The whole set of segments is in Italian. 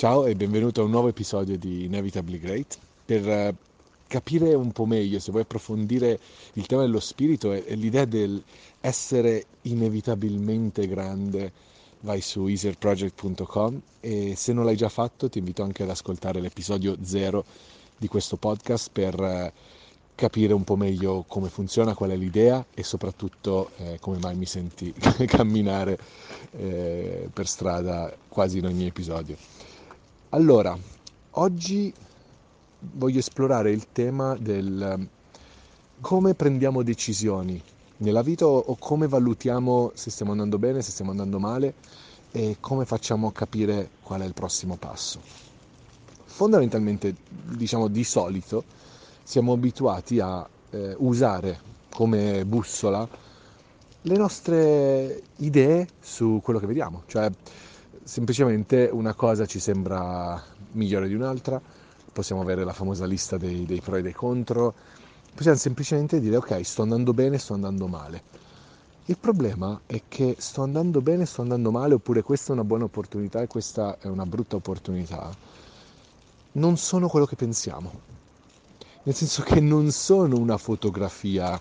Ciao e benvenuto a un nuovo episodio di Inevitably Great. Per capire un po' meglio, se vuoi approfondire il tema dello spirito e l'idea del essere inevitabilmente grande, vai su easerproject.com e se non l'hai già fatto ti invito anche ad ascoltare l'episodio 0 di questo podcast per capire un po' meglio come funziona, qual è l'idea e soprattutto come mai mi senti camminare per strada quasi in ogni episodio. Allora, oggi voglio esplorare il tema del come prendiamo decisioni nella vita o come valutiamo se stiamo andando bene, se stiamo andando male e come facciamo capire qual è il prossimo passo. Fondamentalmente, diciamo di solito, siamo abituati a usare come bussola le nostre idee su quello che vediamo, cioè semplicemente una cosa ci sembra migliore di un'altra, possiamo avere la famosa lista dei pro e dei contro, possiamo semplicemente dire ok, sto andando bene, sto andando male. Il problema è che sto andando bene, sto andando male, oppure questa è una buona opportunità e questa è una brutta opportunità, non sono quello che pensiamo. Nel senso che non sono una fotografia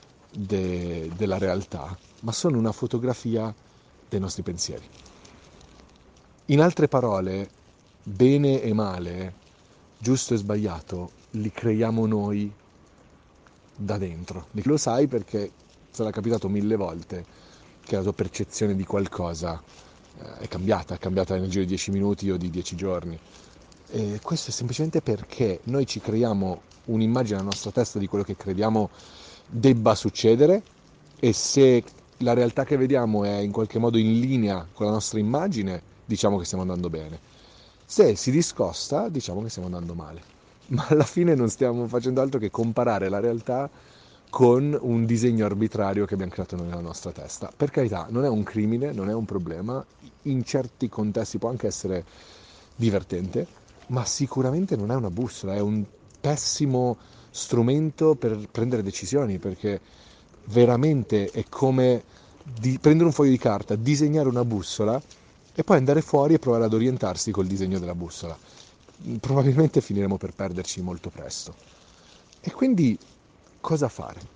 della realtà, ma sono una fotografia dei nostri pensieri. In altre parole, bene e male, giusto e sbagliato, li creiamo noi da dentro. Lo sai perché sarà capitato 1000 volte che la tua percezione di qualcosa è cambiata nel giro di 10 minuti o di 10 giorni. E questo è semplicemente perché noi ci creiamo un'immagine nella nostra testa di quello che crediamo debba succedere e se la realtà che vediamo è in qualche modo in linea con la nostra immagine, diciamo che stiamo andando bene. Se si discosta, diciamo che stiamo andando male. Ma alla fine non stiamo facendo altro che comparare la realtà con un disegno arbitrario che abbiamo creato noi nella nostra testa. Per carità, non è un crimine, non è un problema, in certi contesti può anche essere divertente, ma sicuramente non è una bussola, è un pessimo strumento per prendere decisioni, perché veramente è come prendere un foglio di carta, disegnare una bussola e poi andare fuori e provare ad orientarsi col disegno della bussola. Probabilmente finiremo per perderci molto presto. E quindi cosa fare?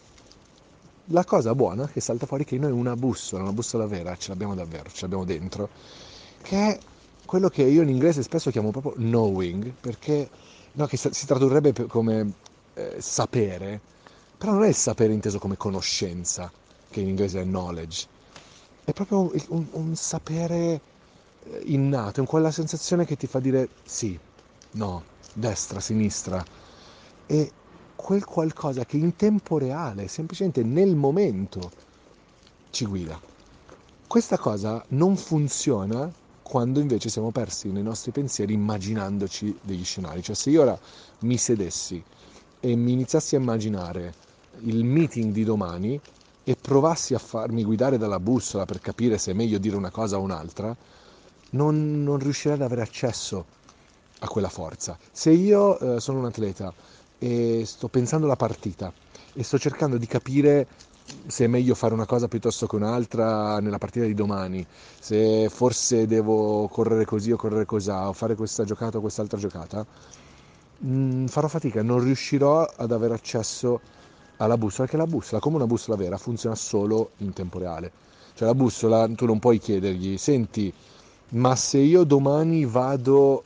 La cosa buona che salta fuori è che noi una bussola vera, ce l'abbiamo davvero, ce l'abbiamo dentro, che è quello che io in inglese spesso chiamo proprio knowing, perché no, che si tradurrebbe come sapere, però non è il sapere inteso come conoscenza, che in inglese è knowledge, è proprio un sapere innato, è quella sensazione che ti fa dire sì, no, destra, sinistra, e quel qualcosa che in tempo reale, semplicemente nel momento, ci guida. Questa cosa non funziona quando invece siamo persi nei nostri pensieri immaginandoci degli scenari. Cioè se io ora mi sedessi e mi iniziassi a immaginare il meeting di domani e provassi a farmi guidare dalla bussola per capire se è meglio dire una cosa o un'altra, non riuscirei ad avere accesso a quella forza. Se io sono un atleta e sto pensando alla partita e sto cercando di capire se è meglio fare una cosa piuttosto che un'altra nella partita di domani, se forse devo correre così o correre cosà, o fare questa giocata o quest'altra giocata, farò fatica, non riuscirò ad avere accesso alla bussola, perché la bussola, come una bussola vera, funziona solo in tempo reale. Cioè la bussola, tu non puoi chiedergli, senti, ma se io domani vado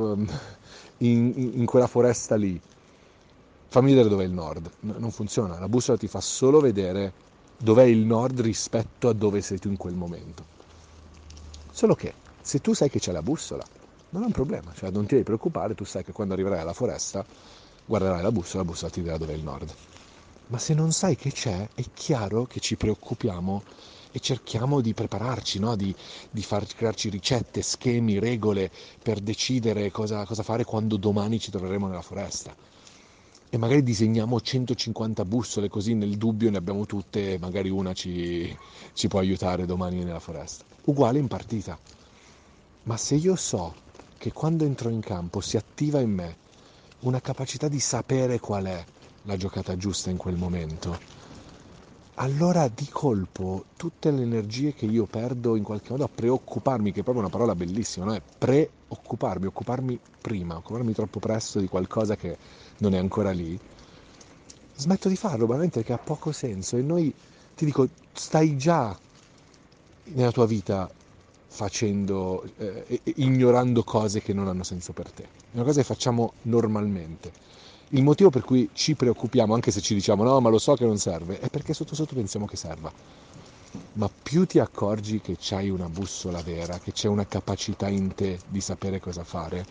in quella foresta lì, fammi vedere dov'è il nord. Non funziona, la bussola ti fa solo vedere dov'è il nord rispetto a dove sei tu in quel momento. Solo che se tu sai che c'è la bussola, non è un problema, cioè non ti devi preoccupare, tu sai che quando arriverai alla foresta guarderai la bussola ti dirà dov'è il nord. Ma se non sai che c'è, è chiaro che ci preoccupiamo e cerchiamo di prepararci, no? Di far crearci ricette, schemi, regole per decidere cosa fare quando domani ci troveremo nella foresta. E magari disegniamo 150 bussole così nel dubbio ne abbiamo tutte e magari una ci può aiutare domani nella foresta. Uguale in partita. Ma se io so che quando entro in campo si attiva in me una capacità di sapere qual è la giocata giusta in quel momento, allora di colpo tutte le energie che io perdo in qualche modo a preoccuparmi, che è proprio una parola bellissima, no? È preoccuparmi, occuparmi prima, occuparmi troppo presto di qualcosa che non è ancora lì, smetto di farlo, veramente perché ha poco senso. E noi, ti dico, stai già nella tua vita facendo, ignorando cose che non hanno senso per te. È una cosa che facciamo normalmente. Il motivo per cui ci preoccupiamo, anche se ci diciamo no, ma lo so che non serve, è perché sotto sotto pensiamo che serva. Ma più ti accorgi che c'hai una bussola vera, che c'è una capacità in te di sapere cosa fare,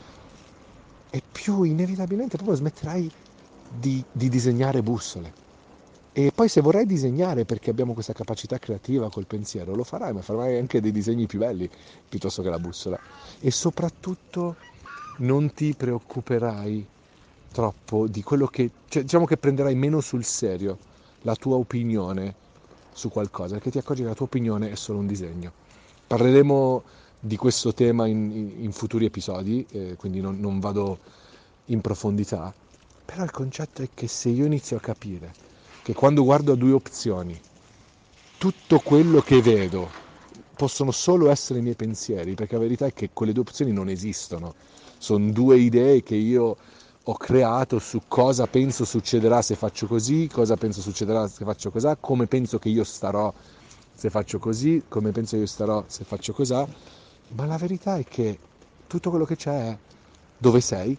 e più inevitabilmente proprio smetterai di disegnare bussole. E poi se vorrai disegnare perché abbiamo questa capacità creativa col pensiero, lo farai, ma farai anche dei disegni più belli piuttosto che la bussola. E soprattutto non ti preoccuperai troppo di quello che, cioè, diciamo che prenderai meno sul serio la tua opinione su qualcosa, perché ti accorgi che la tua opinione è solo un disegno. Parleremo di questo tema in futuri episodi, quindi non vado in profondità, però il concetto è che se io inizio a capire che quando guardo a due opzioni, tutto quello che vedo possono solo essere i miei pensieri, perché la verità è che quelle due opzioni non esistono, sono due idee che io ho creato su cosa penso succederà se faccio così, cosa penso succederà se faccio così, come penso che io starò se faccio così, come penso che io starò se faccio così, ma la verità è che tutto quello che c'è è dove sei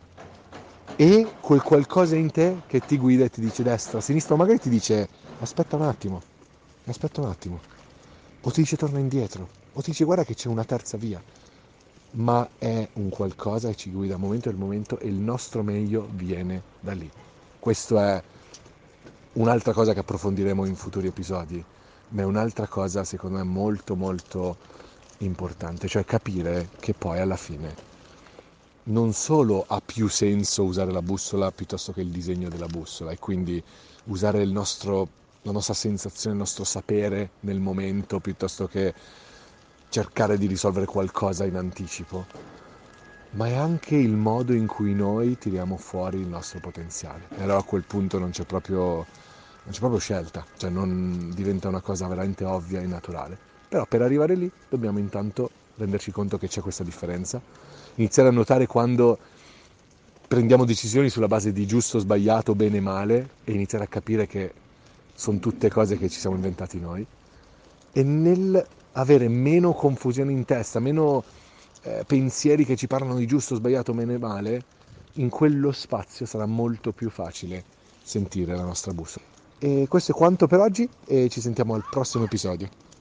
e quel qualcosa in te che ti guida e ti dice destra, sinistra, o magari ti dice aspetta un attimo, o ti dice torna indietro, o ti dice guarda che c'è una terza via, ma è un qualcosa che ci guida al momento del momento e il nostro meglio viene da lì. Questo è un'altra cosa che approfondiremo in futuri episodi, ma è un'altra cosa secondo me molto molto importante, cioè capire che poi alla fine non solo ha più senso usare la bussola piuttosto che il disegno della bussola e quindi usare la nostra sensazione, il nostro sapere nel momento piuttosto che cercare di risolvere qualcosa in anticipo, ma è anche il modo in cui noi tiriamo fuori il nostro potenziale. E allora a quel punto non c'è proprio scelta, cioè non diventa una cosa veramente ovvia e naturale. Però per arrivare lì dobbiamo intanto renderci conto che c'è questa differenza, iniziare a notare quando prendiamo decisioni sulla base di giusto, sbagliato, bene, male e iniziare a capire che sono tutte cose che ci siamo inventati noi e nel avere meno confusione in testa, meno pensieri che ci parlano di giusto, sbagliato, bene, male, in quello spazio sarà molto più facile sentire la nostra bussola. E questo è quanto per oggi e ci sentiamo al prossimo episodio.